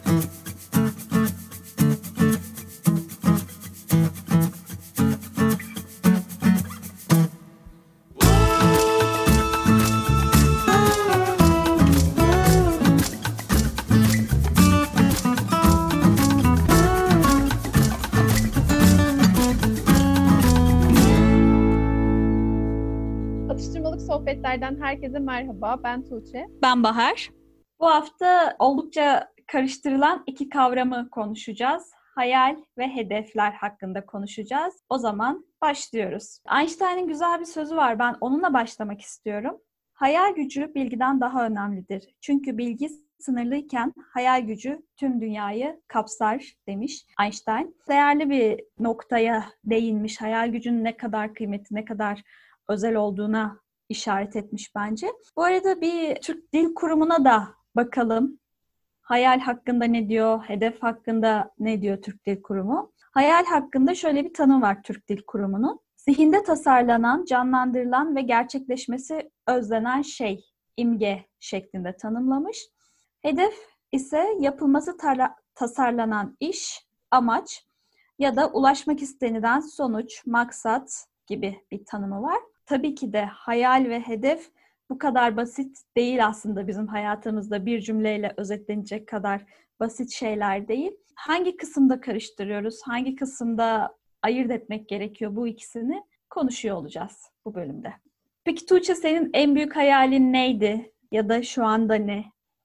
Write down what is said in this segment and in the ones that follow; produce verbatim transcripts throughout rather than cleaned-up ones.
Atıştırmalık sohbetlerden herkese merhaba. Ben Tuğçe. Ben Bahar. Bu hafta oldukça karıştırılan iki kavramı konuşacağız. Hayal ve hedefler hakkında konuşacağız. O zaman başlıyoruz. Einstein'ın güzel bir sözü var. Ben onunla başlamak istiyorum. Hayal gücü bilgiden daha önemlidir. Çünkü bilgi sınırlıyken hayal gücü tüm dünyayı kapsar demiş Einstein. Değerli bir noktaya değinmiş. Hayal gücünün ne kadar kıymetli, ne kadar özel olduğuna işaret etmiş bence. Bu arada bir Türk Dil Kurumu'na da bakalım. Hayal hakkında ne diyor, hedef hakkında ne diyor Türk Dil Kurumu? Hayal hakkında şöyle bir tanım var Türk Dil Kurumu'nun. Zihinde tasarlanan, canlandırılan ve gerçekleşmesi özlenen şey, imge şeklinde tanımlamış. Hedef ise yapılması tar- tasarlanan iş, amaç ya da ulaşmak istenilen sonuç, maksat gibi bir tanımı var. Tabii ki de hayal ve hedef bu kadar basit değil aslında bizim hayatımızda bir cümleyle özetlenecek kadar basit şeyler değil. Hangi kısımda karıştırıyoruz, hangi kısımda ayırt etmek gerekiyor bu ikisini konuşuyor olacağız bu bölümde. Peki Tuğçe, senin en büyük hayalin neydi ya da şu anda ne?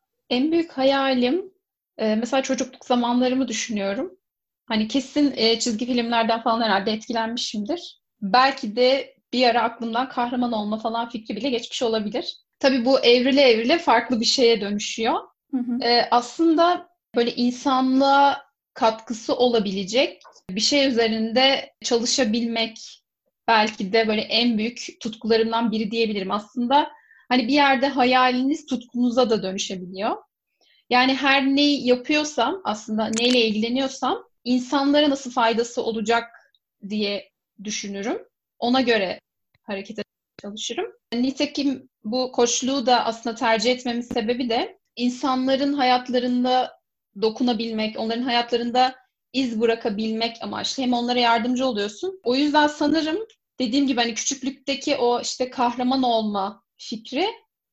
En büyük hayalim e, mesela çocukluk zamanlarımı düşünüyorum. Hani kesin e, çizgi filmlerden falan herhalde etkilenmişimdir. Belki de bir ara aklımdan kahraman olma falan fikri bile geçmiş olabilir. Tabii bu evrile evrile farklı bir şeye dönüşüyor. Hı hı. E, aslında böyle insanlığa katkısı olabilecek bir şey üzerinde çalışabilmek belki de böyle en büyük tutkularımdan biri diyebilirim. Aslında hani bir yerde hayaliniz tutkunuza da dönüşebiliyor. Yani her neyi yapıyorsam, aslında neyle ilgileniyorsam insanlara nasıl faydası olacak diye düşünürüm. Ona göre hareket etmeye çalışırım. Nitekim bu koçluğu da aslında tercih etmemin sebebi de insanların hayatlarında dokunabilmek, onların hayatlarında iz bırakabilmek amaçlı. Hem onlara yardımcı oluyorsun. O yüzden sanırım dediğim gibi hani küçüklükteki o işte kahraman olma fikri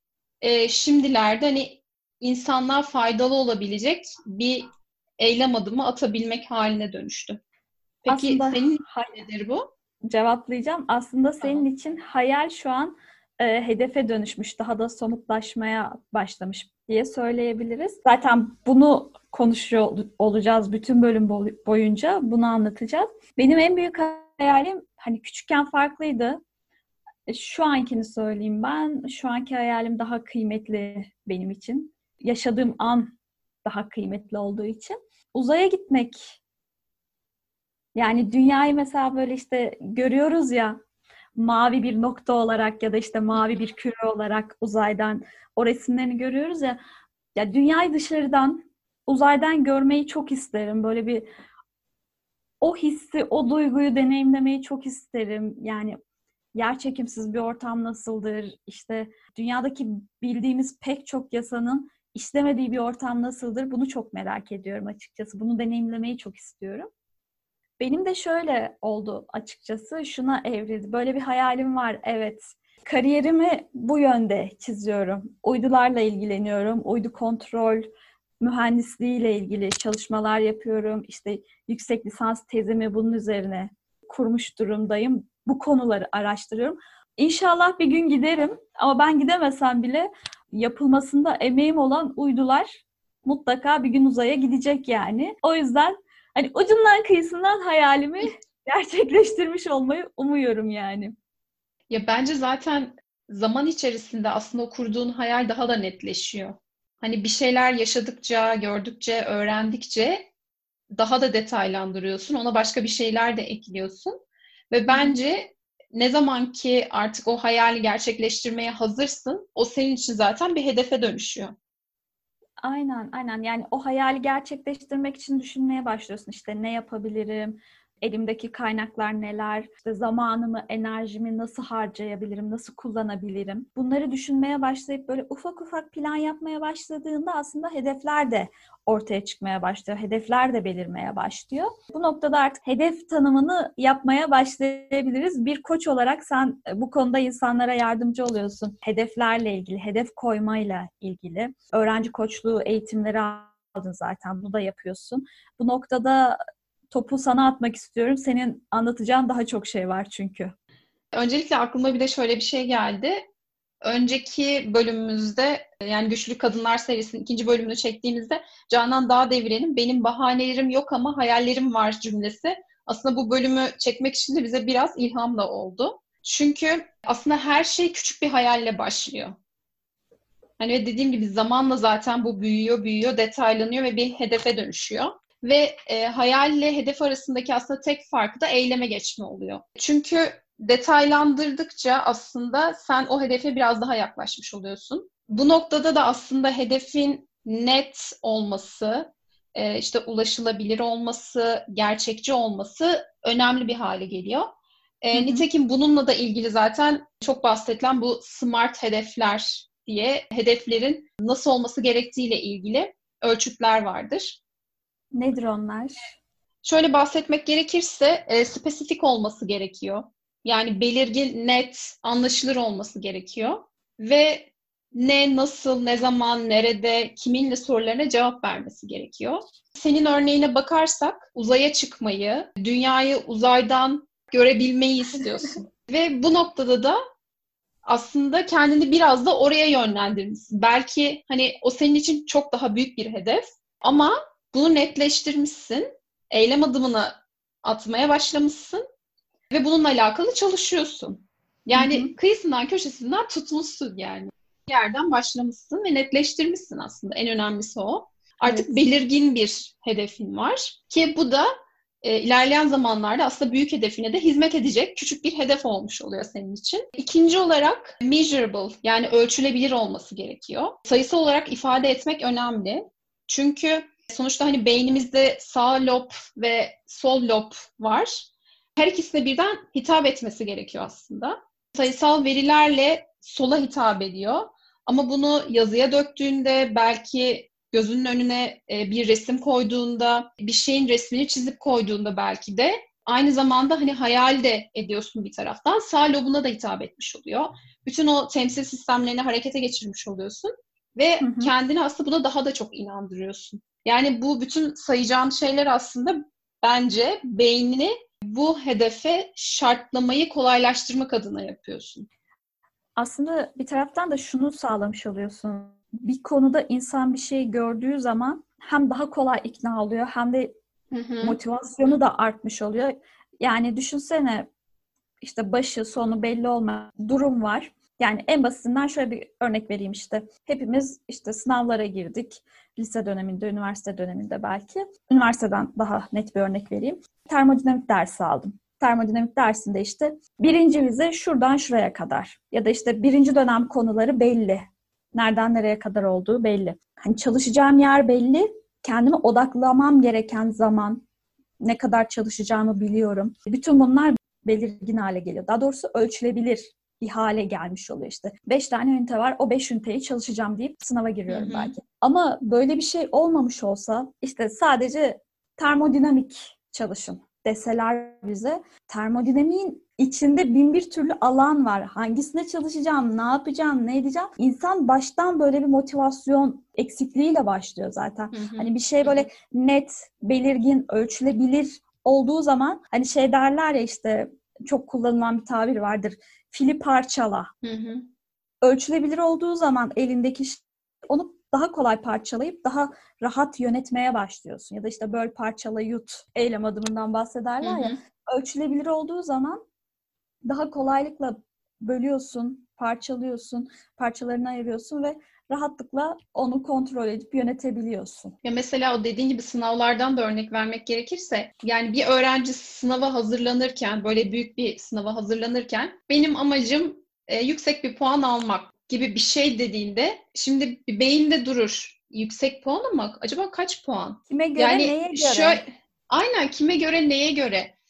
e, şimdilerde hani insanlığa faydalı olabilecek bir eylem adımı atabilmek haline dönüştü. Peki Aslında senin ha- için nedir bu? cevaplayacağım. Aslında senin Tamam. için hayal şu an e, hedefe dönüşmüş, daha da somutlaşmaya başlamış diye söyleyebiliriz. Zaten bunu konuşuyor ol- olacağız bütün bölüm boy- boyunca. Bunu anlatacağız. Benim en büyük hayalim hani küçükken farklıydı. E, Şu ankini söyleyeyim ben. Şu anki hayalim daha kıymetli benim için. Yaşadığım an daha kıymetli olduğu için. Uzaya gitmek. Yani dünyayı mesela böyle işte görüyoruz ya, mavi bir nokta olarak ya da işte mavi bir küre olarak uzaydan o resimlerini görüyoruz ya. Ya dünyayı dışarıdan, uzaydan görmeyi çok isterim. Böyle bir o hissi, o duyguyu deneyimlemeyi çok isterim. Yani yerçekimsiz bir ortam nasıldır? İşte dünyadaki bildiğimiz pek çok yasanın işlemediği bir ortam nasıldır? Bunu çok merak ediyorum açıkçası. Bunu deneyimlemeyi çok istiyorum. Benim de şöyle oldu açıkçası. Şuna evrildi. Böyle bir hayalim var, evet. Kariyerimi bu yönde çiziyorum. Uydularla ilgileniyorum. Uydu kontrol mühendisliğiyle ilgili çalışmalar yapıyorum. İşte yüksek lisans tezimi bunun üzerine kurmuş durumdayım. Bu konuları araştırıyorum. İnşallah bir gün giderim. Ama ben gidemesem bile yapılmasında emeğim olan uydular mutlaka bir gün uzaya gidecek yani. O yüzden hani ucundan kıyısından hayalimi gerçekleştirmiş olmayı umuyorum yani. Ya bence zaten zaman içerisinde aslında o kurduğun hayal daha da netleşiyor. Hani bir şeyler yaşadıkça, gördükçe, öğrendikçe daha da detaylandırıyorsun. Ona başka bir şeyler de ekliyorsun. Ve Hı hı. bence ne zaman ki artık o hayali gerçekleştirmeye hazırsın, o senin için zaten bir hedefe dönüşüyor. Aynen, aynen. Yani o hayali gerçekleştirmek için düşünmeye başlıyorsun. İşte ne yapabilirim? Elimdeki kaynaklar neler? İşte zamanımı, enerjimi nasıl harcayabilirim? Nasıl kullanabilirim? Bunları düşünmeye başlayıp böyle ufak ufak plan yapmaya başladığında aslında hedefler de ortaya çıkmaya başlıyor. Hedefler de belirmeye başlıyor. Bu noktada artık hedef tanımını yapmaya başlayabiliriz. Bir koç olarak sen bu konuda insanlara yardımcı oluyorsun. Hedeflerle ilgili, hedef koymayla ilgili. Öğrenci koçluğu eğitimleri aldın zaten. Bunu da yapıyorsun. Bu noktada topu sana atmak istiyorum. Senin anlatacağın daha çok şey var çünkü. Öncelikle aklıma bir de şöyle bir şey geldi. Önceki bölümümüzde, yani Güçlü Kadınlar serisinin ikinci bölümünü çektiğimizde Canan Dağdeviren'in "benim bahanelerim yok ama hayallerim var" cümlesi aslında bu bölümü çekmek için de bize biraz ilham da oldu. Çünkü aslında her şey küçük bir hayalle başlıyor. Hani dediğim gibi zamanla zaten bu büyüyor, büyüyor, detaylanıyor ve bir hedefe dönüşüyor. Ve e, hayalle hedef arasındaki aslında tek farkı da eyleme geçme oluyor. Çünkü detaylandırdıkça aslında sen o hedefe biraz daha yaklaşmış oluyorsun. Bu noktada da aslında hedefin net olması, e, işte ulaşılabilir olması, gerçekçi olması önemli bir hale geliyor. E, Hı hı. Nitekim bununla da ilgili zaten çok bahsedilen bu SMART hedefler diye hedeflerin nasıl olması gerektiğiyle ilgili ölçütler vardır. Nedir onlar? Şöyle bahsetmek gerekirse e, spesifik olması gerekiyor. Yani belirgin, net, anlaşılır olması gerekiyor. Ve ne, nasıl, ne zaman, nerede, kiminle sorularına cevap vermesi gerekiyor. Senin örneğine bakarsak uzaya çıkmayı, dünyayı uzaydan görebilmeyi istiyorsun. Ve bu noktada da aslında kendini biraz da oraya yönlendirmişsin. Belki hani o senin için çok daha büyük bir hedef ama bunu netleştirmişsin. Eylem adımını atmaya başlamışsın ve bununla alakalı çalışıyorsun. Hı hı. Yani kıyısından köşesinden tutmuşsun yani. Bir yerden başlamışsın ve netleştirmişsin aslında. En önemlisi o. Artık Evet. belirgin bir hedefin var ki bu da e, ilerleyen zamanlarda aslında büyük hedefine de hizmet edecek küçük bir hedef olmuş oluyor senin için. İkinci olarak measurable, yani ölçülebilir olması gerekiyor. Sayısal olarak ifade etmek önemli. Çünkü sonuçta hani beynimizde sağ lob ve sol lob var. Her ikisine birden hitap etmesi gerekiyor aslında. Sayısal verilerle sola hitap ediyor. Ama bunu yazıya döktüğünde, belki gözünün önüne bir resim koyduğunda, bir şeyin resmini çizip koyduğunda belki de aynı zamanda hani hayal de ediyorsun bir taraftan. Sağ lobuna da hitap etmiş oluyor. Bütün o temsil sistemlerini harekete geçirmiş oluyorsun. Ve Hı hı. kendini aslında buna daha da çok inandırıyorsun. Yani bu bütün sayacağım şeyler aslında bence beynini bu hedefe şartlamayı kolaylaştırmak adına yapıyorsun. Aslında bir taraftan da şunu sağlamış oluyorsun. Bir konuda insan bir şey gördüğü zaman hem daha kolay ikna oluyor hem de Hı hı. motivasyonu da artmış oluyor. Yani düşünsene işte başı sonu belli olmayan durum var. Yani en basitinden şöyle bir örnek vereyim işte. Hepimiz işte sınavlara girdik. Lise döneminde, üniversite döneminde belki. Üniversiteden daha net bir örnek vereyim. Termodinamik dersi aldım. Termodinamik dersinde işte birinci vize şuradan şuraya kadar. Ya da işte birinci dönem konuları belli. Nereden nereye kadar olduğu belli. Hani çalışacağım yer belli. Kendime odaklamam gereken zaman, ne kadar çalışacağımı biliyorum. Bütün bunlar belirgin hale geliyor. Daha doğrusu ölçülebilir bir hale gelmiş oluyor işte. Beş tane ünite var, o beş üniteyi çalışacağım deyip sınava giriyorum Hı hı. belki. Ama böyle bir şey olmamış olsa işte sadece termodinamik çalışın deseler bize, termodinamiğin içinde bin bir türlü alan var. Hangisine çalışacağım, ne yapacağım, ne edeceğim? İnsan baştan böyle bir motivasyon eksikliğiyle başlıyor zaten. Hı hı. Hani bir şey böyle net, belirgin, ölçülebilir olduğu zaman hani şey derler ya işte çok kullanılan bir tabir vardır. Fili parçala. Hı hı. Ölçülebilir olduğu zaman elindeki şey, onu daha kolay parçalayıp daha rahat yönetmeye başlıyorsun. Ya da işte böl, parçala, yut eylem adımından bahsederler Hı ya. hı. Ölçülebilir olduğu zaman daha kolaylıkla bölüyorsun, parçalıyorsun, parçalarını ayırıyorsun ve rahatlıkla onu kontrol edip yönetebiliyorsun. Ya mesela o dediğin gibi sınavlardan da örnek vermek gerekirse, yani bir öğrenci sınava hazırlanırken, böyle büyük bir sınava hazırlanırken benim amacım e, yüksek bir puan almak gibi bir şey dediğinde, şimdi bir beyinde durur. Yüksek puan almak acaba kaç puan? Kime göre, Yani neye göre? şöyle, aynen, kime göre, neye göre?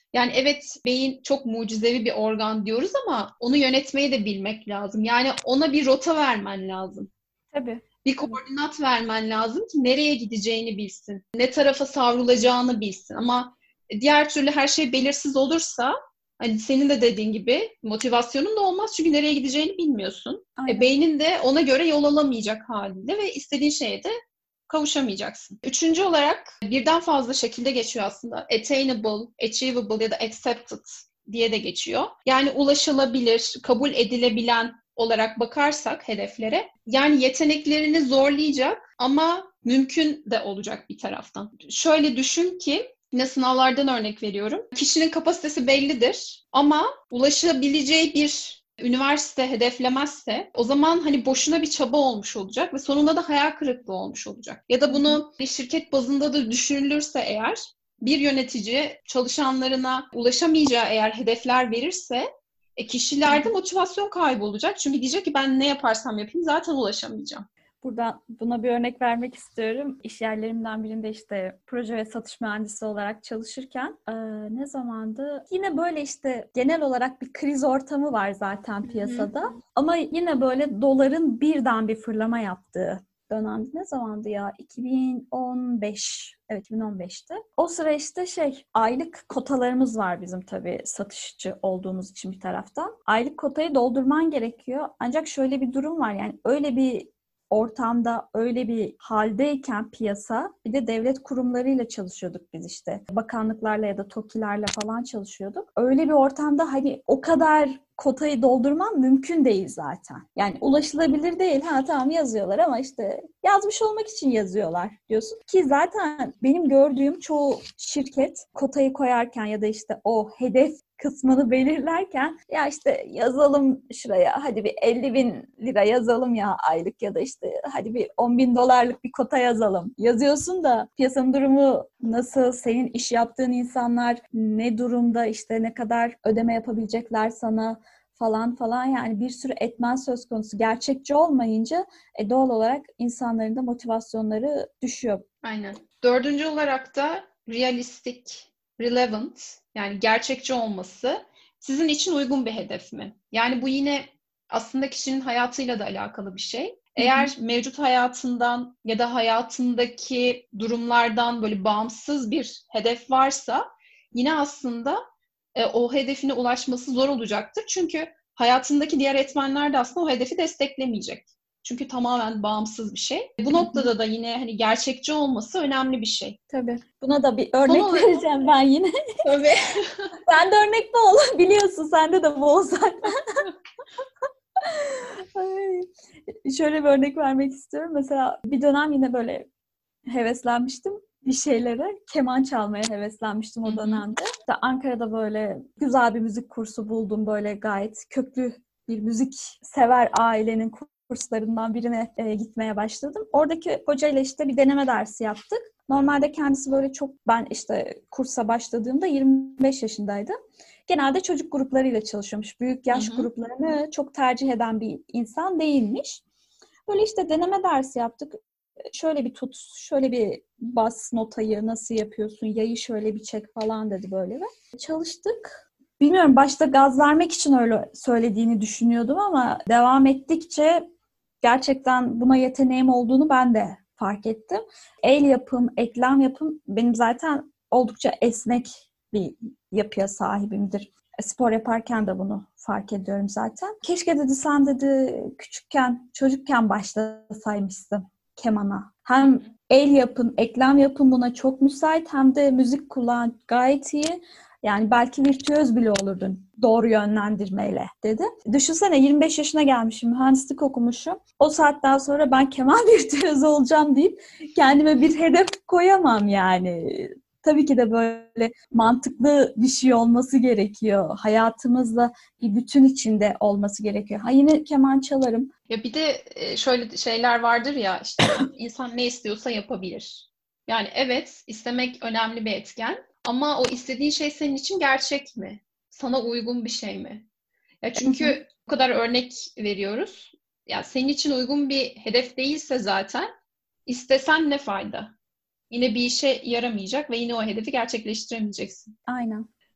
Yani evet, beyin çok mucizevi bir organ diyoruz ama onu yönetmeyi de bilmek lazım. Yani ona bir rota vermen lazım. Tabii. Bir Tabii. koordinat vermen lazım ki nereye gideceğini bilsin. Ne tarafa savrulacağını bilsin. Ama diğer türlü her şey belirsiz olursa, hani senin de dediğin gibi motivasyonun da olmaz çünkü nereye gideceğini bilmiyorsun. E, Aynen. beynin de ona göre yol alamayacak halinde ve istediğin şeye de kavuşamayacaksın. Üçüncü olarak birden fazla şekilde geçiyor aslında. Attainable, achievable ya da accepted diye de geçiyor. Yani ulaşılabilir, kabul edilebilen olarak bakarsak hedeflere, yani yeteneklerini zorlayacak ama mümkün de olacak bir taraftan. Şöyle düşün ki, yine sınavlardan örnek veriyorum. Kişinin kapasitesi bellidir ama ulaşabileceği bir üniversite hedeflemezse o zaman hani boşuna bir çaba olmuş olacak ve sonunda da hayal kırıklığı olmuş olacak. Ya da bunu bir şirket bazında da düşünülürse eğer, bir yönetici çalışanlarına ulaşamayacağı eğer hedefler verirse e, kişilerde motivasyon kaybı olacak. Çünkü diyecek ki ben ne yaparsam yapayım zaten ulaşamayacağım. Buradan buna bir örnek vermek istiyorum. İş yerlerimden birinde işte proje ve satış mühendisi olarak çalışırken e, ne zamandı? Yine böyle işte genel olarak bir kriz ortamı var zaten piyasada. Hı-hı. Ama yine böyle doların birden bir fırlama yaptığı dönemde ne zamandı ya? iki bin on beş. Evet, iki bin on beşte. O sıra işte şey, aylık kotalarımız var bizim tabii satışçı olduğumuz için bir taraftan. Aylık kotayı doldurman gerekiyor. Ancak şöyle bir durum var, yani öyle bir ortamda, öyle bir haldeyken piyasa, bir de devlet kurumlarıyla çalışıyorduk biz işte. Bakanlıklarla ya da TOKİ'lerle falan çalışıyorduk. Öyle bir ortamda hani o kadar kotayı doldurman mümkün değil zaten. Yani ulaşılabilir değil. Ha tamam yazıyorlar ama işte yazmış olmak için yazıyorlar diyorsun. Ki zaten benim gördüğüm çoğu şirket kotayı koyarken ya da işte o hedef kısmını belirlerken ya işte yazalım şuraya, hadi bir elli bin lira yazalım ya aylık, ya da işte hadi bir on bin dolarlık bir kota yazalım. Yazıyorsun da piyasanın durumu nasıl, senin iş yaptığın insanlar ne durumda, işte ne kadar ödeme yapabilecekler sana falan falan, yani bir sürü etmen söz konusu. Gerçekçi olmayınca e, doğal olarak insanların da motivasyonları düşüyor. Aynen. Dördüncü olarak da realistic, relevant, yani gerçekçi olması sizin için uygun bir hedef mi? Yani bu yine aslında kişinin hayatıyla da alakalı bir şey. Eğer mevcut hayatından ya da hayatındaki durumlardan böyle bağımsız bir hedef varsa yine aslında e, o hedefine ulaşması zor olacaktır. Çünkü hayatındaki diğer etmenler de aslında o hedefi desteklemeyecek. Çünkü tamamen bağımsız bir şey. Bu noktada da yine hani gerçekçi olması önemli bir şey. Tabii. Buna da bir örnek Son vereceğim ben yine. Tabii. Sen de örnek mi ol? Biliyorsun, sende de bu ol zaten. Ay. Şöyle bir örnek vermek istiyorum. Mesela bir dönem yine böyle heveslenmiştim bir şeylere. Keman çalmaya heveslenmiştim o dönemde. İşte Ankara'da böyle güzel bir müzik kursu buldum. Böyle gayet köklü bir müzik sever ailenin kurslarından birine e, gitmeye başladım. Oradaki hocayla işte bir deneme dersi yaptık. Normalde kendisi böyle çok, ben işte kursa başladığımda yirmi beş yaşındaydı. Genelde çocuk gruplarıyla çalışıyormuş. Büyük yaş hı hı. gruplarını çok tercih eden bir insan değilmiş. Böyle işte deneme dersi yaptık. Şöyle bir tut, şöyle bir bas notayı, nasıl yapıyorsun, yayı şöyle bir çek falan dedi böyle ve çalıştık. Bilmiyorum, başta gaz vermek için öyle söylediğini düşünüyordum ama devam ettikçe gerçekten buna yeteneğim olduğunu ben de fark ettim. El yapım, eklem yapım, benim zaten oldukça esnek bir yapıya sahibimdir. Spor yaparken de bunu fark ediyorum zaten. Keşke dedi sen dedi küçükken, çocukken başlasaymışsın kemana. Hem el yapım, eklem yapım buna çok müsait, hem de müzik kullan gayet iyi. Yani belki virtüöz bile olurdun doğru yönlendirmeyle dedi. Düşünsene, yirmi beş yaşına gelmişim, mühendislik okumuşum. O saatten sonra ben keman virtüözü olacağım deyip kendime bir hedef koyamam yani. Tabii ki de böyle mantıklı bir şey olması gerekiyor. Hayatımızla bir bütün içinde olması gerekiyor. Ha yine keman çalarım. Ya bir de şöyle şeyler vardır ya, işte insan ne istiyorsa yapabilir. Yani evet, istemek önemli bir etken ama o istediğin şey senin için gerçek mi? Sana uygun bir şey mi? Ya çünkü bu kadar örnek veriyoruz. Ya senin için uygun bir hedef değilse zaten istesen ne fayda? Yine bir işe yaramayacak ve yine o hedefi gerçekleştiremeyeceksin. Aynen.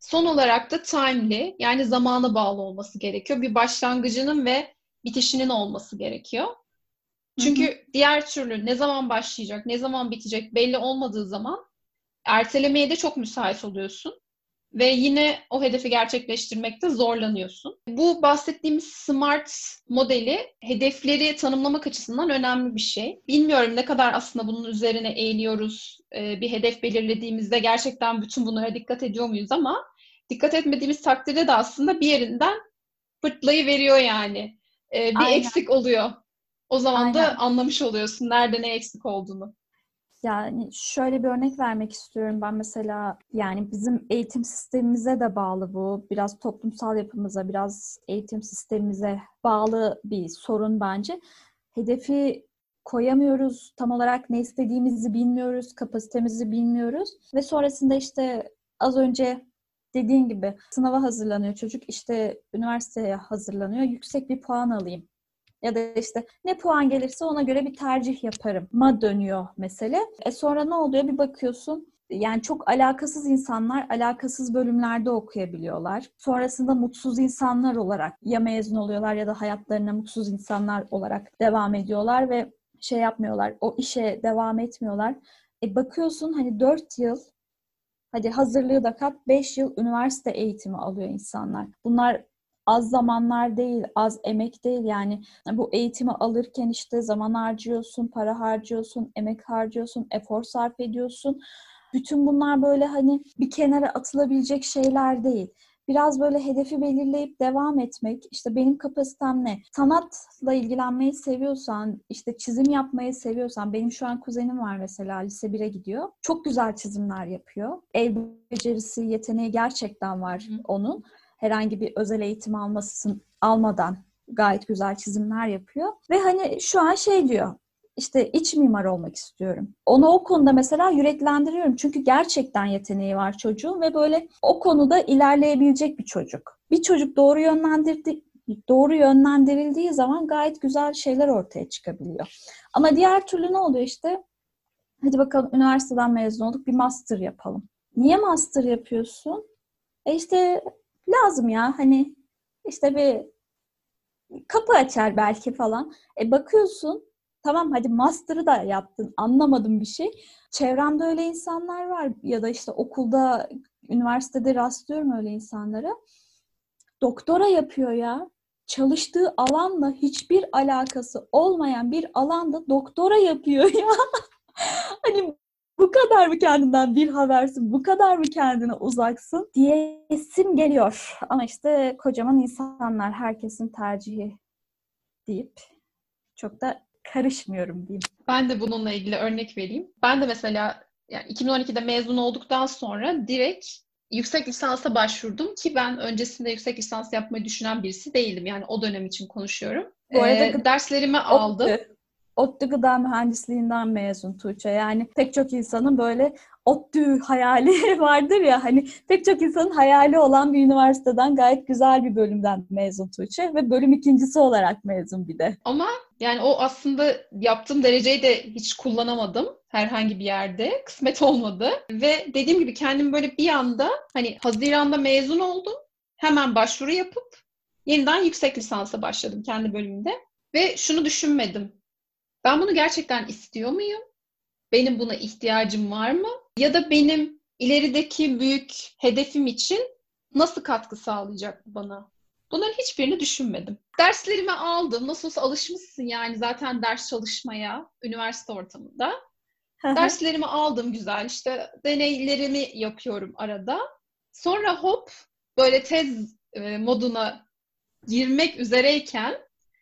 Son olarak da timely, yani zamana bağlı olması gerekiyor. Bir başlangıcının ve bitişinin olması gerekiyor. Hı Çünkü hı. diğer türlü ne zaman başlayacak, ne zaman bitecek belli olmadığı zaman ertelemeye de çok müsait oluyorsun. Ve yine o hedefi gerçekleştirmekte zorlanıyorsun. Bu bahsettiğimiz SMART modeli hedefleri tanımlamak açısından önemli bir şey. Bilmiyorum ne kadar aslında bunun üzerine eğiliyoruz. Ee, bir hedef belirlediğimizde gerçekten bütün bunlara dikkat ediyor muyuz, ama dikkat etmediğimiz takdirde de aslında bir yerinden fırtlayıveriyor yani. Ee, bir Aynen, eksik oluyor. O zaman da aynen. anlamış oluyorsun nerede ne eksik olduğunu. Yani şöyle bir örnek vermek istiyorum ben mesela, yani bizim eğitim sistemimize de bağlı bu. Biraz toplumsal yapımıza, biraz eğitim sistemimize bağlı bir sorun bence. Hedefi koyamıyoruz, tam olarak ne istediğimizi bilmiyoruz, kapasitemizi bilmiyoruz ve sonrasında işte az önce dediğin gibi sınava hazırlanıyor çocuk, işte üniversiteye hazırlanıyor, yüksek bir puan alayım. Ya da işte ne puan gelirse ona göre bir tercih yaparım ma dönüyor mesele. E sonra ne oluyor? Bir bakıyorsun, yani çok alakasız insanlar alakasız bölümlerde okuyabiliyorlar. Sonrasında mutsuz insanlar olarak ya mezun oluyorlar ya da hayatlarına mutsuz insanlar olarak devam ediyorlar ve şey yapmıyorlar, o işe devam etmiyorlar. E bakıyorsun hani dört yıl, hadi hazırlığı da kat, beş yıl üniversite eğitimi alıyor insanlar. Bunlar az zamanlar değil, az emek değil. Yani bu eğitimi alırken işte zaman harcıyorsun, para harcıyorsun, emek harcıyorsun, efor sarf ediyorsun. Bütün bunlar böyle hani bir kenara atılabilecek şeyler değil. Biraz böyle hedefi belirleyip devam etmek. İşte benim kapasitem ne? Sanatla ilgilenmeyi seviyorsan, işte çizim yapmayı seviyorsan, benim şu an kuzenim var mesela, lise bire gidiyor. Çok güzel çizimler yapıyor. El becerisi, yeteneği gerçekten var Hı hı. onun. Herhangi bir özel eğitim almasın, almadan gayet güzel çizimler yapıyor. Ve hani şu an şey diyor, işte iç mimar olmak istiyorum. Onu o konuda mesela yüreklendiriyorum. Çünkü gerçekten yeteneği var çocuğun ve böyle o konuda ilerleyebilecek bir çocuk. Bir çocuk doğru yönlendirdi, doğru yönlendirildiği zaman gayet güzel şeyler ortaya çıkabiliyor. Ama diğer türlü ne oluyor işte? Hadi bakalım, üniversiteden mezun olduk, bir master yapalım. Niye master yapıyorsun? E işte lazım ya, hani işte bir kapı açar belki falan. E bakıyorsun, tamam hadi master'ı da yaptın, anlamadım bir şey. Çevremde öyle insanlar var ya da işte okulda, üniversitede rastlıyorum öyle insanlara. Doktora yapıyor ya. Çalıştığı alanla hiçbir alakası olmayan bir alanda doktora yapıyor ya. Hani bu kadar mı kendinden bir habersin, bu kadar mı kendine uzaksın diyesim geliyor. Ama işte kocaman insanlar, herkesin tercihi deyip çok da karışmıyorum diyeyim. Ben de bununla ilgili örnek vereyim. Ben de mesela yani iki bin on ikide mezun olduktan sonra direkt yüksek lisansa başvurdum ki ben öncesinde yüksek lisans yapmayı düşünen birisi değildim. Yani o dönem için konuşuyorum. Bu arada Ee, gıda, derslerimi aldım. ODTÜ, ODTÜ Gıda Mühendisliğinden mezun Tuğçe. Yani pek çok insanın böyle ODTÜ hayali vardır ya, hani pek çok insanın hayali olan bir üniversiteden, gayet güzel bir bölümden mezun Tuğçe ve bölüm ikincisi olarak mezun bir de. Ama yani o aslında yaptığım dereceyi de hiç kullanamadım herhangi bir yerde. Kısmet olmadı. Ve dediğim gibi kendim böyle bir anda hani Haziran'da mezun oldum. Hemen başvuru yapıp yeniden yüksek lisansa başladım kendi bölümümde. Ve şunu düşünmedim. Ben bunu gerçekten istiyor muyum? Benim buna ihtiyacım var mı? Ya da benim ilerideki büyük hedefim için nasıl katkı sağlayacak bu bana? Bunların hiçbirini düşünmedim. Derslerimi aldım. Nasıl olsa alışmışsın yani zaten ders çalışmaya üniversite ortamında. Derslerimi aldım güzel. İşte deneylerimi yapıyorum arada. Sonra hop böyle tez e, moduna girmek üzereyken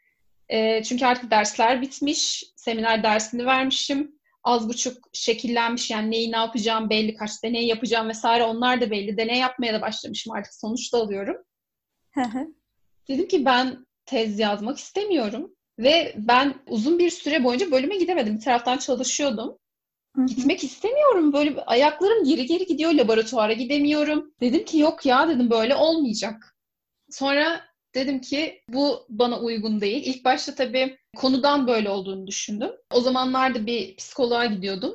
e, çünkü artık dersler bitmiş, seminer dersini vermişim. Az buçuk şekillenmiş, yani neyi ne yapacağım belli, kaç deney yapacağım vesaire, onlar da belli. Deney yapmaya da başlamışım, artık sonuç da alıyorum. Dedim ki ben tez yazmak istemiyorum ve ben uzun bir süre boyunca bölüme gidemedim. Bir taraftan çalışıyordum. Gitmek istemiyorum. Böyle ayaklarım geri geri gidiyor. Laboratuvara gidemiyorum. Dedim ki yok ya, dedim böyle olmayacak. Sonra dedim ki bu bana uygun değil. İlk başta tabii konudan böyle olduğunu düşündüm. O zamanlarda bir psikoloğa gidiyordum.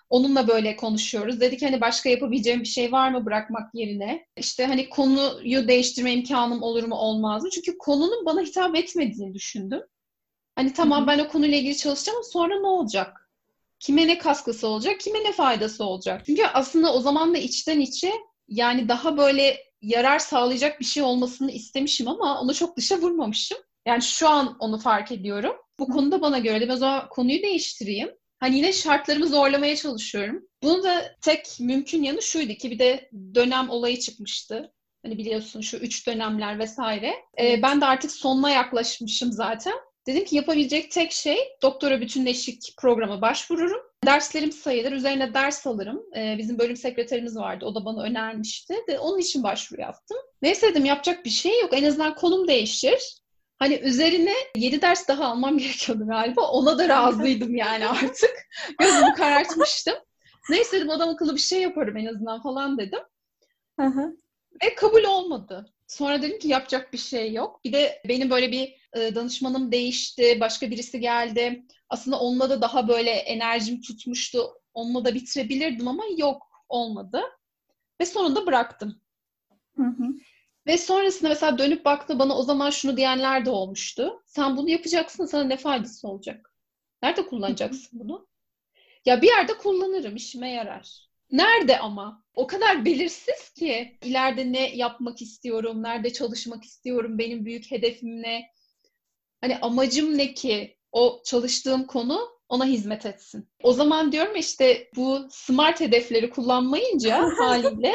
Onunla böyle konuşuyoruz. Dedik hani başka yapabileceğim bir şey var mı bırakmak yerine? İşte hani konuyu değiştirme imkanım olur mu olmaz mı? Çünkü konunun bana hitap etmediğini düşündüm. Hani Hı tamam hı. ben o konuyla ilgili çalışacağım ama sonra ne olacak? Kime ne katkısı olacak? Kime ne faydası olacak? Çünkü aslında o zaman da içten içe yani daha böyle yarar sağlayacak bir şey olmasını istemişim ama onu çok dışa vurmamışım. Yani şu an onu fark ediyorum. Bu Hı. konuda bana göre de ben o zaman konuyu değiştireyim. Hani yine şartlarımı zorlamaya çalışıyorum. Bunu da tek mümkün yanı şuydu ki bir de dönem olayı çıkmıştı. Hani biliyorsun şu üç dönemler vesaire. Ee, Evet. ben de artık sonuna yaklaşmışım zaten. Dedim ki yapabilecek tek şey doktora bütünleşik programa başvururum. Derslerim sayılır, üzerine ders alırım. Ee, bizim bölüm sekreterimiz vardı, o da bana önermişti. De onun için başvuru yaptım. Neyse dedim yapacak bir şey yok, en azından konum değişir. Hani üzerine yedi ders daha almam gerekiyordu galiba. Ona da razıydım yani artık. Gözümü karartmıştım. Neyse dedim adam akıllı bir şey yaparım en azından falan dedim. Hı hı. Ve kabul olmadı. Sonra dedim ki yapacak bir şey yok. Bir de benim böyle bir e, danışmanım değişti, başka birisi geldi. Aslında onunla da daha böyle enerjim tutmuştu. Onunla da bitirebilirdim ama yok, olmadı. Ve sonunda bıraktım. Hı hı. Ve sonrasında mesela dönüp baktı bana o zaman şunu diyenler de olmuştu. Sen bunu yapacaksın, sana ne faydası olacak? Nerede kullanacaksın bunu? Ya bir yerde kullanırım, işime yarar. Nerede ama? O kadar belirsiz ki ileride ne yapmak istiyorum, nerede çalışmak istiyorum, benim büyük hedefim ne? Hani amacım ne ki o çalıştığım konu ona hizmet etsin. O zaman diyorum ya işte bu smart hedefleri kullanmayınca haliyle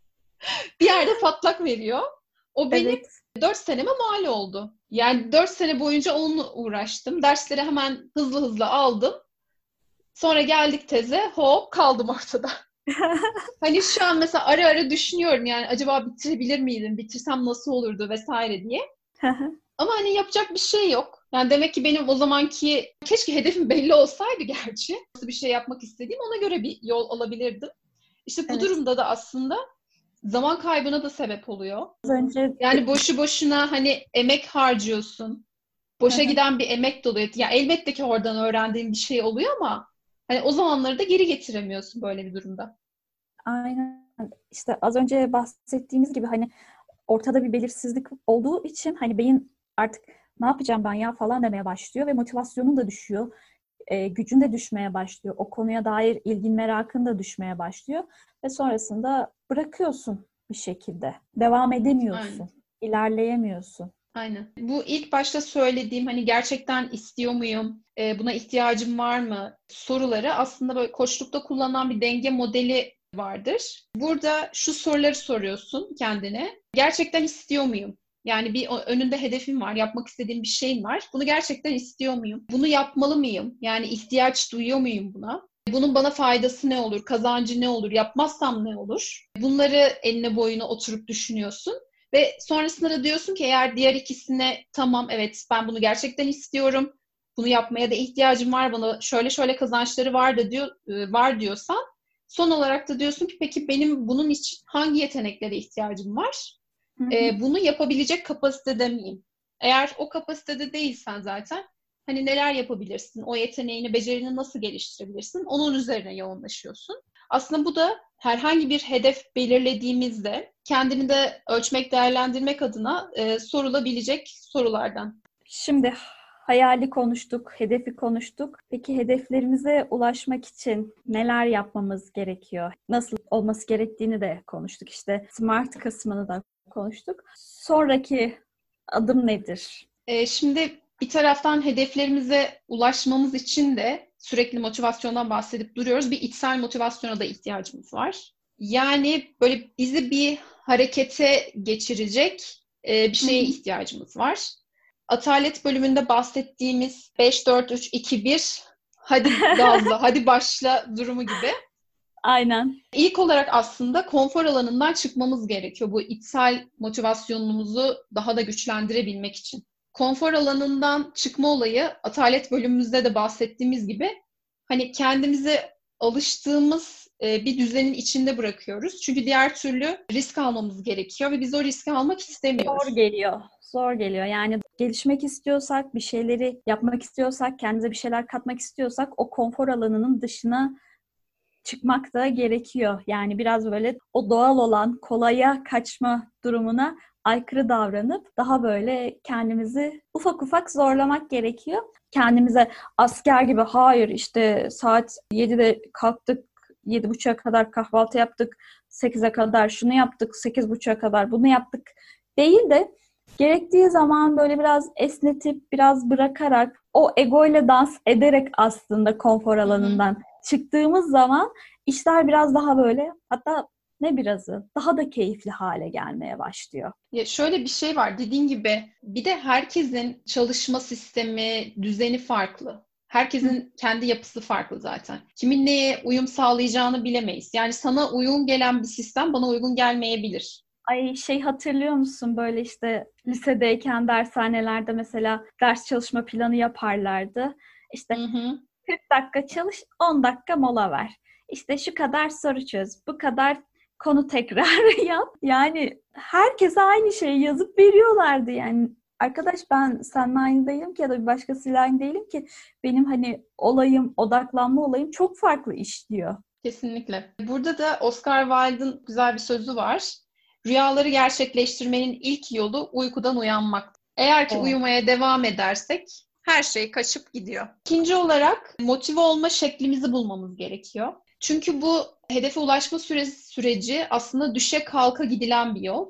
bir yerde patlak veriyor. O benim Evet. dört seneme mal oldu. Yani dört sene boyunca onunla uğraştım. Dersleri hemen hızlı hızlı aldım. Sonra geldik teze, hop kaldım ortada. Hani şu an mesela ara ara düşünüyorum yani acaba bitirebilir miydim, bitirsem nasıl olurdu vesaire diye. Hı hı. Ama hani yapacak bir şey yok. Yani demek ki benim o zamanki keşke hedefim belli olsaydı gerçi. Nasıl bir şey yapmak istediğim ona göre bir yol alabilirdim. İşte bu Evet. durumda da aslında zaman kaybına da sebep oluyor. Az önce Yani boşu boşuna hani emek harcıyorsun. Hı Boşa hı. giden bir emek de oluyor. Ya elbette ki oradan öğrendiğin bir şey oluyor ama hani o zamanları da geri getiremiyorsun böyle bir durumda. Aynen. İşte az önce bahsettiğimiz gibi hani ortada bir belirsizlik olduğu için hani beyin artık ne yapacağım ben ya falan demeye başlıyor ve motivasyonun da düşüyor. E, gücün de düşmeye başlıyor. O konuya dair ilgin, merakın da düşmeye başlıyor. Ve sonrasında bırakıyorsun bir şekilde. Devam Aynen. edemiyorsun. İlerleyemiyorsun. Aynen. Bu ilk başta söylediğim hani gerçekten istiyor muyum, e, buna ihtiyacım var mı soruları aslında böyle koçlukta kullanılan bir denge modeli vardır. Burada şu soruları soruyorsun kendine. Gerçekten istiyor muyum? Yani bir önünde hedefim var, yapmak istediğim bir şeyin var. Bunu gerçekten istiyor muyum? Bunu yapmalı mıyım? Yani ihtiyaç duyuyor muyum buna? Bunun bana faydası ne olur? Kazancı ne olur? Yapmazsam ne olur? Bunları eline boyuna oturup düşünüyorsun. Ve sonrasında da diyorsun ki eğer diğer ikisine tamam evet ben bunu gerçekten istiyorum. Bunu yapmaya da ihtiyacım var. Bana şöyle şöyle kazançları var da diyor var diyorsan son olarak da diyorsun ki peki benim bunun için hangi yeteneklere ihtiyacım var? Hı hı. Ee, bunu yapabilecek kapasitede miyim? Eğer o kapasitede değilsen zaten hani neler yapabilirsin? O yeteneğini, becerini nasıl geliştirebilirsin? Onun üzerine yoğunlaşıyorsun. Aslında bu da herhangi bir hedef belirlediğimizde kendini de ölçmek, değerlendirmek adına e, sorulabilecek sorulardan. Şimdi hayali konuştuk, hedefi konuştuk. Peki hedeflerimize ulaşmak için neler yapmamız gerekiyor? Nasıl olması gerektiğini de konuştuk. İşte SMART kısmını da konuştuk. Sonraki adım nedir? E, şimdi bir taraftan hedeflerimize ulaşmamız için de sürekli motivasyondan bahsedip duruyoruz. Bir içsel motivasyona da ihtiyacımız var. Yani böyle bizi bir harekete geçirecek e, bir Hı şeye hı. ihtiyacımız var. Atalet bölümünde bahsettiğimiz beş dört üç iki bir hadi gazla, hadi başla durumu gibi. Aynen. İlk olarak aslında konfor alanından çıkmamız gerekiyor bu içsel motivasyonumuzu daha da güçlendirebilmek için. Konfor alanından çıkma olayı Atalet bölümümüzde de bahsettiğimiz gibi hani kendimizi alıştığımız e, bir düzenin içinde bırakıyoruz. Çünkü diğer türlü risk almamız gerekiyor ve biz o riski almak Zor istemiyoruz. geliyor. Zor geliyor. Yani gelişmek istiyorsak, bir şeyleri yapmak istiyorsak, kendimize bir şeyler katmak istiyorsak o konfor alanının dışına çıkmak da gerekiyor. Yani biraz böyle o doğal olan kolaya kaçma durumuna aykırı davranıp daha böyle kendimizi ufak ufak zorlamak gerekiyor. Kendimize asker gibi hayır işte saat yedide kalktık, yedi buçuğa kadar kahvaltı yaptık, sekize kadar şunu yaptık, sekiz buçuğa kadar bunu yaptık değil de gerektiği zaman böyle biraz esnetip biraz bırakarak o egoyla dans ederek aslında konfor alanından Hı-hı. çıktığımız zaman işler biraz daha böyle hatta ne birazı daha da keyifli hale gelmeye başlıyor. Ya şöyle bir şey var dediğin gibi bir de herkesin çalışma sistemi, düzeni farklı. Herkesin Hı. kendi yapısı farklı zaten. Kimin neye uyum sağlayacağını bilemeyiz. Yani sana uygun gelen bir sistem bana uygun gelmeyebilir. Ay şey hatırlıyor musun böyle işte lisedeyken dershanelerde mesela ders çalışma planı yaparlardı. İşte hı hı. kırk dakika çalış, on dakika mola ver. İşte şu kadar soru çöz, bu kadar konu tekrar yap. Yani herkese aynı şeyi yazıp veriyorlardı yani. Arkadaş ben seninle aynı değilim ki ya da bir başkasıyla aynı değilim ki. Benim hani olayım, odaklanma olayım çok farklı işliyor. Kesinlikle. Burada da Oscar Wilde'ın güzel bir sözü var. Rüyaları gerçekleştirmenin ilk yolu uykudan uyanmak. Eğer ki evet. uyumaya devam edersek her şey kaçıp gidiyor. İkinci olarak motive olma şeklimizi bulmamız gerekiyor. Çünkü bu hedefe ulaşma süresi, süreci aslında düşe kalka gidilen bir yol.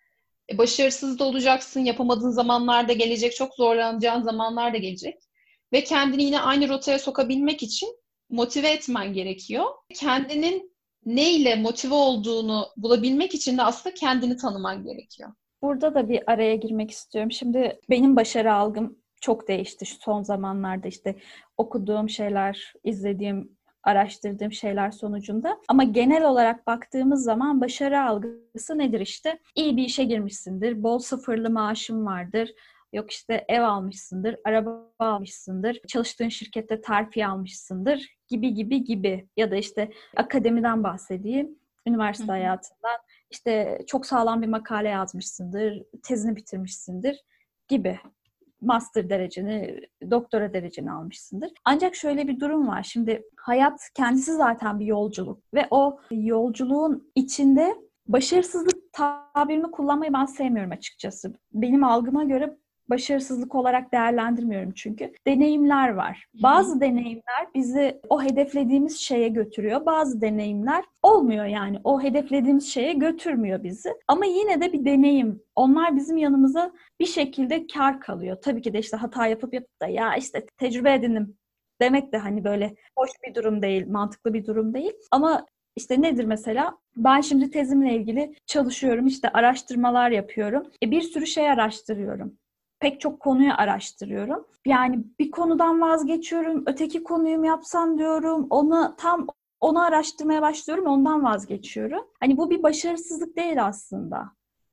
E, başarısız da olacaksın, yapamadığın zamanlar da gelecek, çok zorlanacağın zamanlar da gelecek. Ve kendini yine aynı rotaya sokabilmek için motive etmen gerekiyor. Kendinin neyle motive olduğunu bulabilmek için de aslında kendini tanıman gerekiyor. Burada da bir araya girmek istiyorum. Şimdi benim başarı algım çok değişti şu son zamanlarda işte okuduğum şeyler, izlediğim, araştırdığım şeyler sonucunda. Ama genel olarak baktığımız zaman başarı algısı nedir işte? İyi bir işe girmişsindir, bol sıfırlı maaşın vardır, yok işte ev almışsındır, araba almışsındır, çalıştığın şirkette terfi almışsındır gibi gibi gibi. Ya da işte akademiden bahsedeyim, üniversite Hı-hı. hayatından. İşte çok sağlam bir makale yazmışsındır, tezini bitirmişsindir gibi. Master dereceni, doktora dereceni almışsındır. Ancak şöyle bir durum var. Şimdi hayat kendisi zaten bir yolculuk ve o yolculuğun içinde başarısızlık tabirini kullanmayı ben sevmiyorum açıkçası. Benim algıma göre başarısızlık olarak değerlendirmiyorum çünkü. Deneyimler var. Bazı Hı-hı. deneyimler bizi o hedeflediğimiz şeye götürüyor. Bazı deneyimler olmuyor yani. O hedeflediğimiz şeye götürmüyor bizi. Ama yine de bir deneyim. Onlar bizim yanımıza bir şekilde kar kalıyor. Tabii ki de işte hata yapıp yapıp da ya işte tecrübe edindim demek de hani böyle hoş bir durum değil, mantıklı bir durum değil. Ama İşte nedir mesela? Ben şimdi tezimle ilgili çalışıyorum, işte araştırmalar yapıyorum. E bir sürü şey araştırıyorum. Pek çok konuyu araştırıyorum. Yani bir konudan vazgeçiyorum, öteki konuyu mu yapsam diyorum. Onu tam onu araştırmaya başlıyorum, ondan vazgeçiyorum. Hani bu bir başarısızlık değil aslında.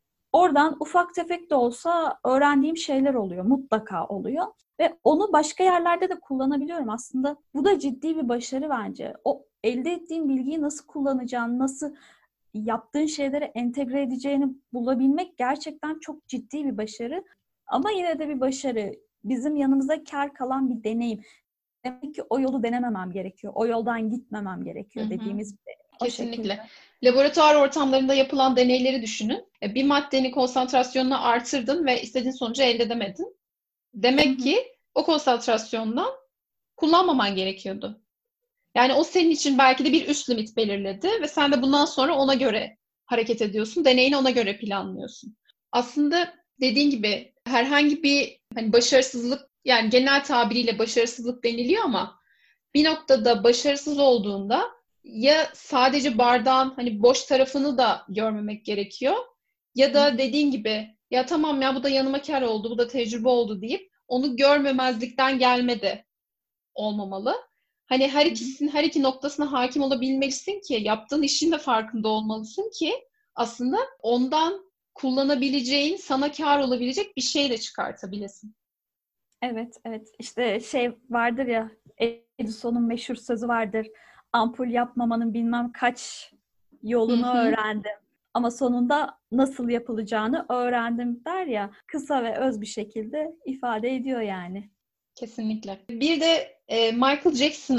Oradan ufak tefek de olsa öğrendiğim şeyler oluyor, mutlaka oluyor. Ve onu başka yerlerde de kullanabiliyorum aslında. Bu da ciddi bir başarı bence. O elde ettiğin bilgiyi nasıl kullanacağını, nasıl yaptığın şeylere entegre edeceğini bulabilmek gerçekten çok ciddi bir başarı. Ama yine de bir başarı. Bizim yanımıza kar kalan bir deneyim. Demek ki o yolu denememem gerekiyor. O yoldan gitmemem gerekiyor Hı-hı. dediğimiz bir Kesinlikle. Laboratuvar ortamlarında yapılan deneyleri düşünün. Bir maddenin konsantrasyonunu artırdın ve istediğin sonucu elde edemedin. Demek Hı-hı. ki o konsantrasyondan kullanmaman gerekiyordu. Yani o senin için belki de bir üst limit belirledi ve sen de bundan sonra ona göre hareket ediyorsun. Deneyini ona göre planlıyorsun. Aslında dediğin gibi herhangi bir hani başarısızlık, yani genel tabiriyle başarısızlık deniliyor ama bir noktada başarısız olduğunda ya sadece bardağın hani boş tarafını da görmemek gerekiyor ya da dediğin gibi ya tamam ya bu da yanıma kar oldu, bu da tecrübe oldu deyip onu görmemezlikten gelme de olmamalı. Hani her ikisinin her iki noktasına hakim olabilmelisin ki yaptığın işin de farkında olmalısın ki aslında ondan kullanabileceğin, sana kar olabilecek bir şey de çıkartabilesin. Evet, evet. İşte şey vardır ya, Edison'un meşhur sözü vardır. Ampul yapmamanın bilmem kaç yolunu hı hı. öğrendim. Ama sonunda nasıl yapılacağını öğrendim der ya. Kısa ve öz bir şekilde ifade ediyor yani. Kesinlikle. Bir de e, Michael Jackson'ın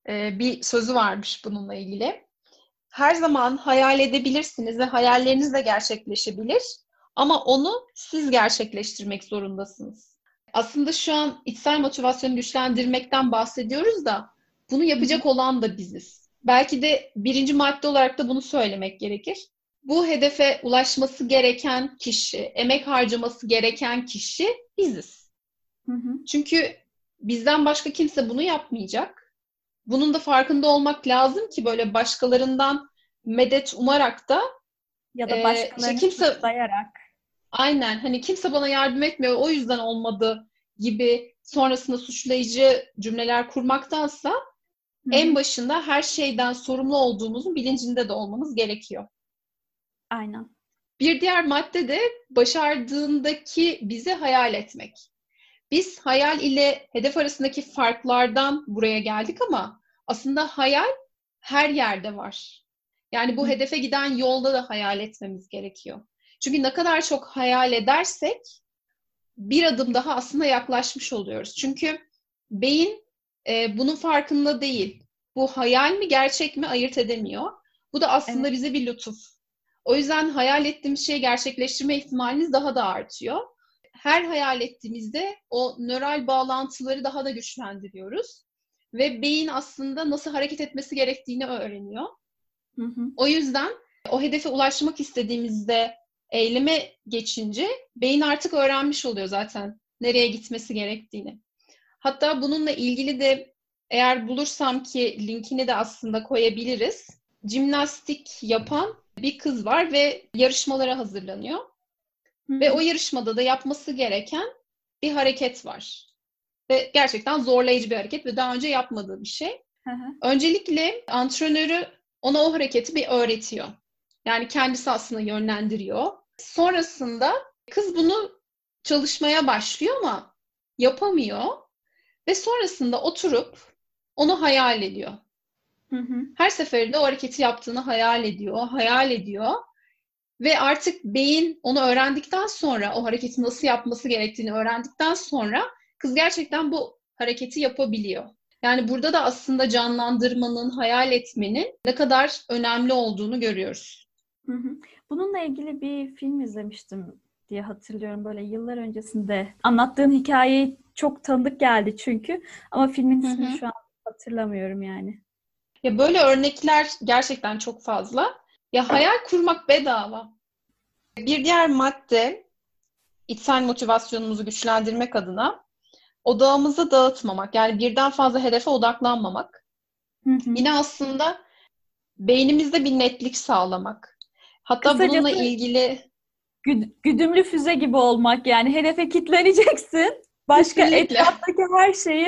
e, bir sözü varmış bununla ilgili. Her zaman hayal edebilirsiniz ve hayalleriniz de gerçekleşebilir ama onu siz gerçekleştirmek zorundasınız. Aslında şu an içsel motivasyonu güçlendirmekten bahsediyoruz da bunu yapacak olan da biziz. Belki de birinci madde olarak da bunu söylemek gerekir. Bu hedefe ulaşması gereken kişi, emek harcaması gereken kişi biziz. Hı hı. Çünkü bizden başka kimse bunu yapmayacak. Bunun da farkında olmak lazım ki böyle başkalarından medet umarak da Ya da e, başkalarını işte kimse suçlayarak. aynen hani kimse bana yardım etmiyor o yüzden olmadı gibi sonrasında suçlayıcı cümleler kurmaktansa Hı en hı. başında her şeyden sorumlu olduğumuzun bilincinde de olmamız gerekiyor. Aynen. Bir diğer madde de başardığındaki bizi hayal etmek. Biz hayal ile hedef arasındaki farklardan buraya geldik ama aslında hayal her yerde var. Yani bu Hı. hedefe giden yolda da hayal etmemiz gerekiyor. Çünkü ne kadar çok hayal edersek bir adım daha aslında yaklaşmış oluyoruz. Çünkü beyin e, bunun farkında değil. Bu hayal mi gerçek mi ayırt edemiyor. Bu da aslında Evet. bize bir lütuf. O yüzden hayal ettiğimiz şeyi gerçekleştirme ihtimaliniz daha da artıyor. Her hayal ettiğimizde o nöral bağlantıları daha da güçlendiriyoruz. Ve beyin aslında nasıl hareket etmesi gerektiğini öğreniyor. Hı hı. O yüzden o hedefe ulaşmak istediğimizde eyleme geçince beyin artık öğrenmiş oluyor zaten nereye gitmesi gerektiğini. Hatta bununla ilgili de eğer bulursam ki linkini de aslında koyabiliriz. Jimnastik yapan bir kız var ve yarışmalara hazırlanıyor. Hı Ve hı. o yarışmada da yapması gereken bir hareket var. Ve gerçekten zorlayıcı bir hareket ve daha önce yapmadığı bir şey. Hı hı. Öncelikle antrenörü ona o hareketi bir öğretiyor. Yani kendisi aslında yönlendiriyor. Sonrasında kız bunu çalışmaya başlıyor ama yapamıyor. Ve sonrasında oturup onu hayal ediyor. Hı hı. Her seferinde o hareketi yaptığını hayal ediyor, hayal ediyor. Ve artık beyin onu öğrendikten sonra, o hareketi nasıl yapması gerektiğini öğrendikten sonra kız gerçekten bu hareketi yapabiliyor. Yani burada da aslında canlandırmanın, hayal etmenin ne kadar önemli olduğunu görüyoruz. Hı hı. Bununla ilgili bir film izlemiştim diye hatırlıyorum böyle yıllar öncesinde. Anlattığın hikaye çok tanıdık geldi çünkü ama filmin Hı ismini hı. şu an hatırlamıyorum yani. Ya böyle örnekler gerçekten çok fazla. Ya hayal kurmak bedava. Bir diğer madde içsel motivasyonumuzu güçlendirmek adına odağımızı dağıtmamak. Yani birden fazla hedefe odaklanmamak. Hı hı. Yine aslında beynimizde bir netlik sağlamak. Hatta bununla Kısacası ilgili güd- güdümlü füze gibi olmak yani hedefe kilitleneceksin. Başka kesinlikle, etraftaki her şeyi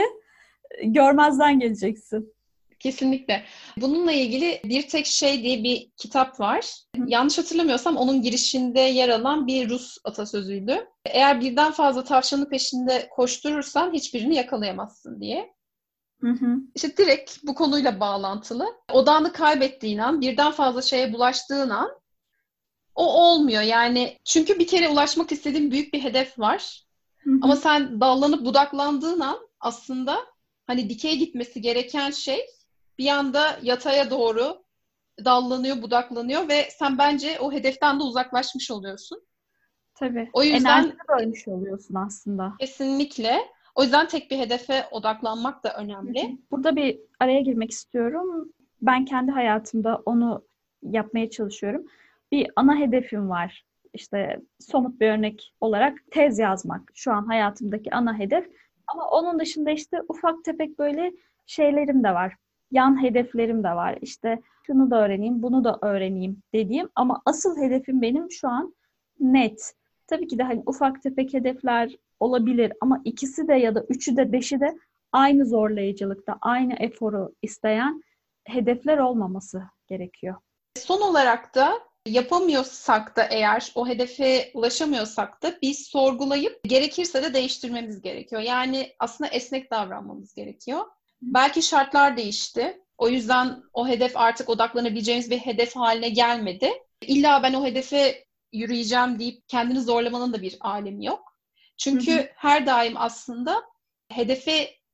görmezden geleceksin. kesinlikle. Bununla ilgili Bir Tek Şey diye bir kitap var. Hı Yanlış hatırlamıyorsam onun girişinde yer alan bir Rus atasözüydü. Eğer birden fazla tavşanın peşinde koşturursan hiçbirini yakalayamazsın diye. hı. Hı. İşte direkt bu konuyla bağlantılı. Odağını kaybettiğin an, birden fazla şeye bulaştığın an o olmuyor. Yani çünkü bir kere ulaşmak istediğin büyük bir hedef var. Hı Ama hı. sen dallanıp budaklandığın an aslında hani dikey gitmesi gereken şey bir anda yataya doğru dallanıyor, budaklanıyor ve sen bence o hedeften de uzaklaşmış oluyorsun. Tabii. O Enerjini yüzden bölmüş oluyorsun aslında. kesinlikle, o yüzden tek bir hedefe odaklanmak da Hı hı. önemli. Burada bir araya girmek istiyorum. Ben kendi hayatımda onu yapmaya çalışıyorum. Bir ana hedefim var. İşte somut bir örnek olarak tez yazmak. Şu an hayatımdaki ana hedef. Ama onun dışında işte ufak tefek böyle şeylerim de var. Yan hedeflerim de var. İşte şunu da öğreneyim, bunu da öğreneyim dediğim. Ama asıl hedefim benim şu an net. Tabii ki de hani ufak tefek hedefler olabilir ama ikisi de ya da üçü de beşi de aynı zorlayıcılıkta, aynı eforu isteyen hedefler olmaması gerekiyor. Son olarak da yapamıyorsak da eğer o hedefe ulaşamıyorsak da biz sorgulayıp gerekirse de değiştirmemiz gerekiyor. Yani aslında esnek davranmamız gerekiyor. Belki şartlar değişti. O yüzden o hedef artık odaklanabileceğimiz bir hedef haline gelmedi. İlla ben o hedefe yürüyeceğim deyip kendini zorlamanın da bir alemi yok. Hı hı. Çünkü her daim aslında hedefe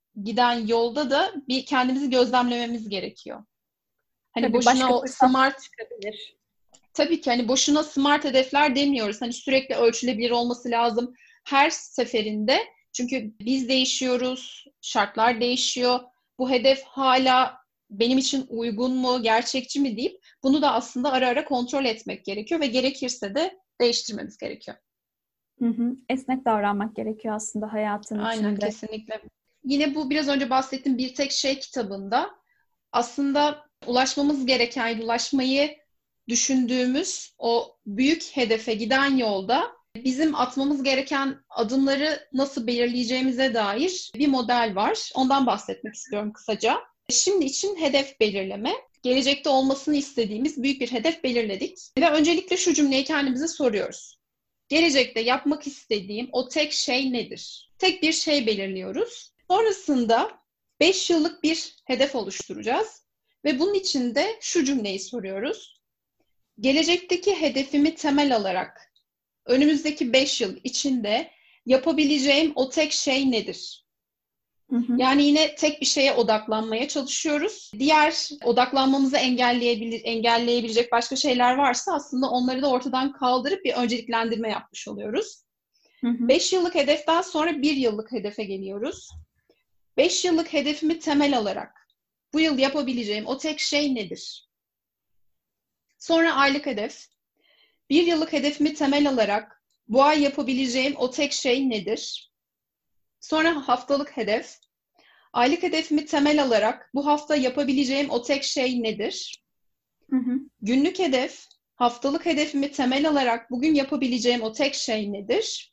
giden yolda da bir kendimizi gözlemlememiz gerekiyor. Hani Tabii boşuna başka o fırsatlar smart çıkabilir. tabii ki hani boşuna smart hedefler demiyoruz. Hani sürekli ölçülebilir olması lazım her seferinde. Çünkü biz değişiyoruz, şartlar değişiyor. Bu hedef hala benim için uygun mu, gerçekçi mi deyip bunu da aslında ara ara kontrol etmek gerekiyor ve gerekirse de değiştirmemiz gerekiyor. Hı hı. Esnek davranmak gerekiyor aslında hayatın Aynen, içinde. kesinlikle. Yine bu biraz önce bahsettiğim Bir Tek Şey kitabında aslında ulaşmamız gereken, ulaşmayı düşündüğümüz o büyük hedefe giden yolda bizim atmamız gereken adımları nasıl belirleyeceğimize dair bir model var. Ondan bahsetmek istiyorum kısaca. Şimdi için hedef belirleme. Gelecekte olmasını istediğimiz büyük bir hedef belirledik. Ve öncelikle şu cümleyi kendimize soruyoruz. Gelecekte yapmak istediğim o tek şey nedir? Tek bir şey belirliyoruz. Sonrasında beş yıllık bir hedef oluşturacağız. Ve bunun için de şu cümleyi soruyoruz. Gelecekteki hedefimi temel alarak önümüzdeki beş yıl içinde yapabileceğim o tek şey nedir? Hı hı. Yani yine tek bir şeye odaklanmaya çalışıyoruz. Diğer odaklanmamızı engelleyebilir, engelleyebilecek başka şeyler varsa aslında onları da ortadan kaldırıp bir önceliklendirme yapmış oluyoruz. Hı hı. beş yıllık hedeften sonra bir yıllık hedefe geliyoruz. beş yıllık hedefimi temel alarak bu yıl yapabileceğim o tek şey nedir? Sonra aylık hedef. Bir yıllık hedefimi temel alarak bu ay yapabileceğim o tek şey nedir? Sonra haftalık hedef. Aylık hedefimi temel alarak bu hafta yapabileceğim o tek şey nedir? Hı hı. Günlük hedef. Haftalık hedefimi temel alarak bugün yapabileceğim o tek şey nedir?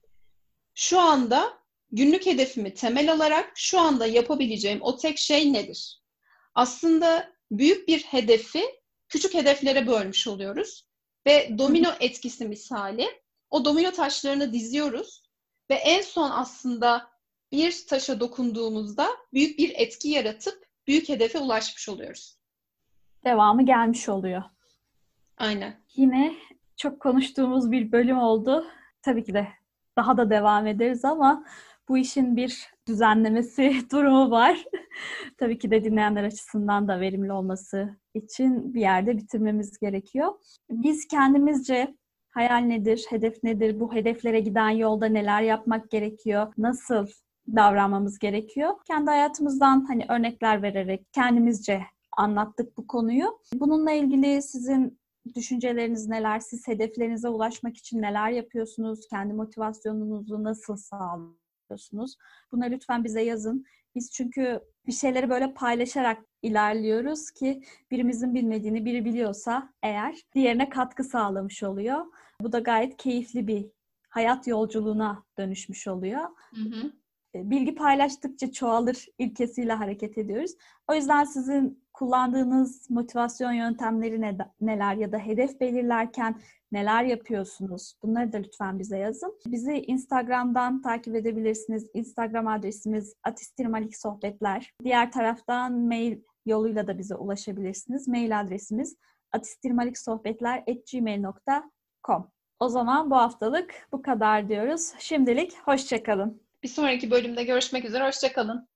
Şu anda günlük hedefimi temel alarak şu anda yapabileceğim o tek şey nedir? Aslında büyük bir hedefi küçük hedeflere bölmüş oluyoruz. Ve domino etkisi misali o domino taşlarını diziyoruz ve en son aslında bir taşa dokunduğumuzda büyük bir etki yaratıp büyük hedefe ulaşmış oluyoruz. Devamı gelmiş oluyor. Aynen. Yine çok konuştuğumuz bir bölüm oldu. Tabii ki de daha da devam ederiz ama bu işin bir düzenlemesi durumu var. Tabii ki de dinleyenler açısından da verimli olması için bir yerde bitirmemiz gerekiyor. Biz kendimizce hayal nedir, hedef nedir, bu hedeflere giden yolda neler yapmak gerekiyor, nasıl davranmamız gerekiyor? Kendi hayatımızdan hani örnekler vererek kendimizce anlattık bu konuyu. Bununla ilgili sizin düşünceleriniz neler? Siz hedeflerinize ulaşmak için neler yapıyorsunuz? Kendi motivasyonunuzu nasıl sağlıyorsunuz? Buna lütfen bize yazın. Biz çünkü bir şeyleri böyle paylaşarak ilerliyoruz ki birimizin bilmediğini biri biliyorsa eğer diğerine katkı sağlamış oluyor. Bu da gayet keyifli bir hayat yolculuğuna dönüşmüş oluyor. Hı hı. Bilgi paylaştıkça çoğalır ilkesiyle hareket ediyoruz. O yüzden sizin kullandığınız motivasyon yöntemleri ne, neler ya da hedef belirlerken neler yapıyorsunuz? Bunları da lütfen bize yazın. Bizi Instagram'dan takip edebilirsiniz. Instagram adresimiz atistirmaliksohbetler. Diğer taraftan mail yoluyla da bize ulaşabilirsiniz. Mail adresimiz atistirmaliksohbetler at gmail dot com. O zaman bu haftalık bu kadar diyoruz. Şimdilik hoşça kalın. Bir sonraki bölümde görüşmek üzere. Hoşça kalın.